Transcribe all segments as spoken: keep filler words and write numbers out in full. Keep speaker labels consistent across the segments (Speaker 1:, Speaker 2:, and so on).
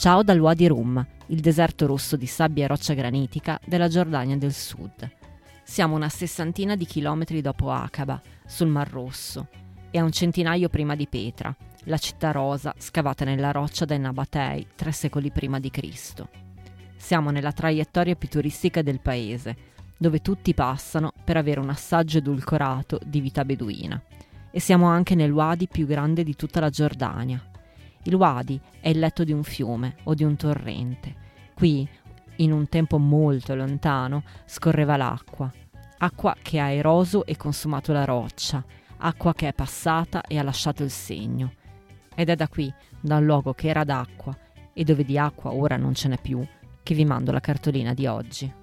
Speaker 1: Ciao dal Wadi Rum, il deserto rosso di sabbia e roccia granitica della Giordania del Sud. Siamo una sessantina di chilometri dopo Aqaba, sul Mar Rosso, e a un centinaio prima di Petra, la città rosa scavata nella roccia dai Nabatei tre secoli prima di Cristo. Siamo nella traiettoria più turistica del paese, dove tutti passano per avere un assaggio edulcorato di vita beduina. E siamo anche nel Wadi più grande di tutta la Giordania. Il Wadi è il letto di un fiume o di un torrente. Qui, in un tempo molto lontano, scorreva l'acqua. Acqua che ha eroso e consumato la roccia. Acqua che è passata e ha lasciato il segno. Ed è da qui, da un luogo che era d'acqua e dove di acqua ora non ce n'è più, che vi mando la cartolina di oggi.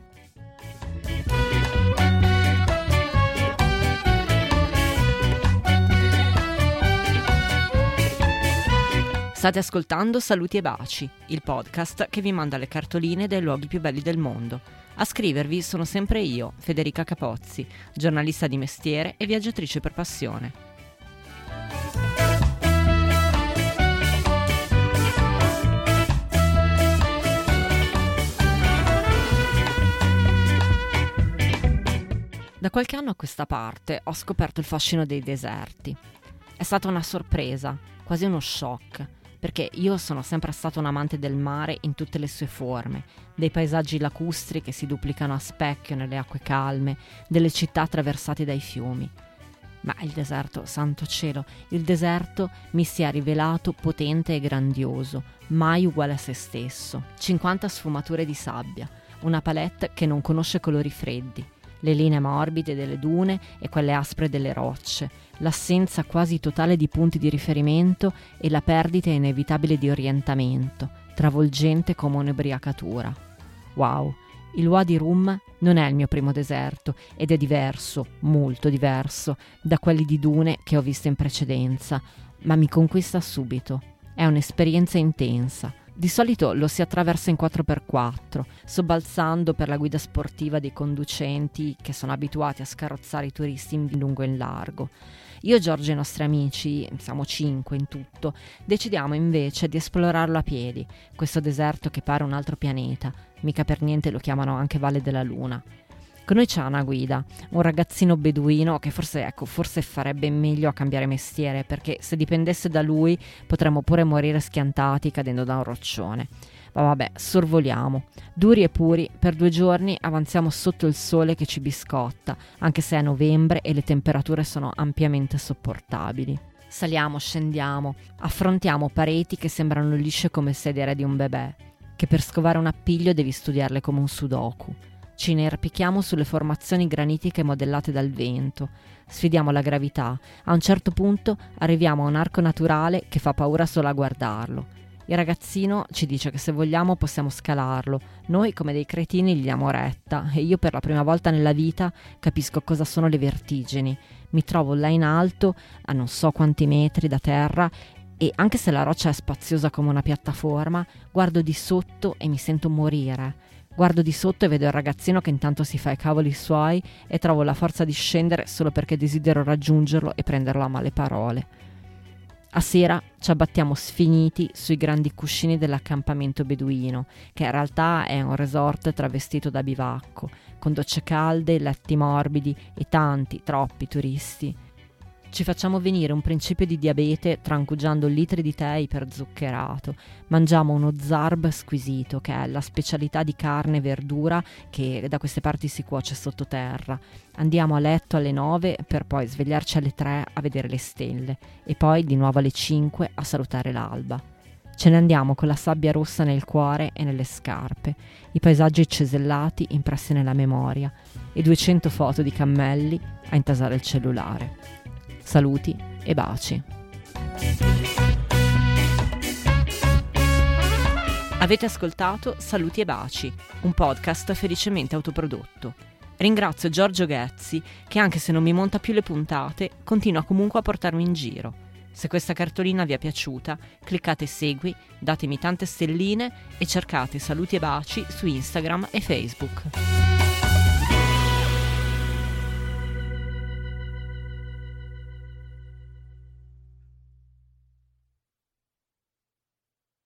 Speaker 1: State ascoltando Saluti e Baci, il podcast che vi manda le cartoline dei luoghi più belli del mondo. A scrivervi sono sempre io, Federica Capozzi, giornalista di mestiere e viaggiatrice per passione. Da qualche anno a questa parte ho scoperto il fascino dei deserti. È stata una sorpresa, quasi uno shock, perché io sono sempre stato un amante del mare in tutte le sue forme, dei paesaggi lacustri che si duplicano a specchio nelle acque calme, delle città attraversate dai fiumi. Ma il deserto, santo cielo, il deserto mi si è rivelato potente e grandioso, mai uguale a se stesso. cinquanta sfumature di sabbia, una palette che non conosce colori freddi, le linee morbide delle dune e quelle aspre delle rocce, l'assenza quasi totale di punti di riferimento e la perdita inevitabile di orientamento, travolgente come un'ubriacatura. Wow, il Wadi Rum non è il mio primo deserto ed è diverso, molto diverso, da quelli di dune che ho visto in precedenza, ma mi conquista subito. È un'esperienza intensa. Di solito lo si attraversa in quattro per quattro, sobbalzando per la guida sportiva dei conducenti che sono abituati a scarrozzare i turisti in lungo e in largo. Io, Giorgio e i nostri amici, siamo cinque in tutto, decidiamo invece di esplorarlo a piedi, questo deserto che pare un altro pianeta, mica per niente lo chiamano anche Valle della Luna. Con noi c'è una guida, un ragazzino beduino che forse, ecco, forse farebbe meglio a cambiare mestiere, perché se dipendesse da lui potremmo pure morire schiantati cadendo da un roccione. Ma vabbè, sorvoliamo. Duri e puri, per due giorni avanziamo sotto il sole che ci biscotta, anche se è novembre e le temperature sono ampiamente sopportabili. Saliamo, scendiamo, affrontiamo pareti che sembrano lisce come sedere di un bebè, che per scovare un appiglio devi studiarle come un sudoku. Ci inerpichiamo sulle formazioni granitiche modellate dal vento, sfidiamo la gravità, a un certo punto arriviamo a un arco naturale che fa paura solo a guardarlo. Il ragazzino ci dice che se vogliamo possiamo scalarlo, noi come dei cretini gli diamo retta e io per la prima volta nella vita capisco cosa sono le vertigini. Mi trovo là in alto, a non so quanti metri da terra, e anche se la roccia è spaziosa come una piattaforma, guardo di sotto e mi sento morire. Guardo di sotto e vedo il ragazzino che intanto si fa i cavoli suoi e trovo la forza di scendere solo perché desidero raggiungerlo e prenderlo a male parole. A sera ci abbattiamo sfiniti sui grandi cuscini dell'accampamento beduino, che in realtà è un resort travestito da bivacco, con docce calde, letti morbidi e tanti, troppi turisti. Ci facciamo venire un principio di diabete trancugiando litri di tè iperzuccherato. Mangiamo uno zarb squisito, che è la specialità di carne e verdura che da queste parti si cuoce sottoterra. Andiamo a letto alle nove per poi svegliarci alle tre a vedere le stelle e poi di nuovo alle cinque a salutare l'alba. Ce ne andiamo con la sabbia rossa nel cuore e nelle scarpe, i paesaggi cesellati impressi nella memoria e duecento foto di cammelli a intasare il cellulare. Saluti e baci. Avete ascoltato Saluti e Baci, un podcast felicemente autoprodotto. Ringrazio Giorgio Ghezzi che, anche se non mi monta più le puntate, continua comunque a portarmi in giro. Se questa cartolina vi è piaciuta, cliccate segui, datemi tante stelline e cercate Saluti e Baci su Instagram e Facebook.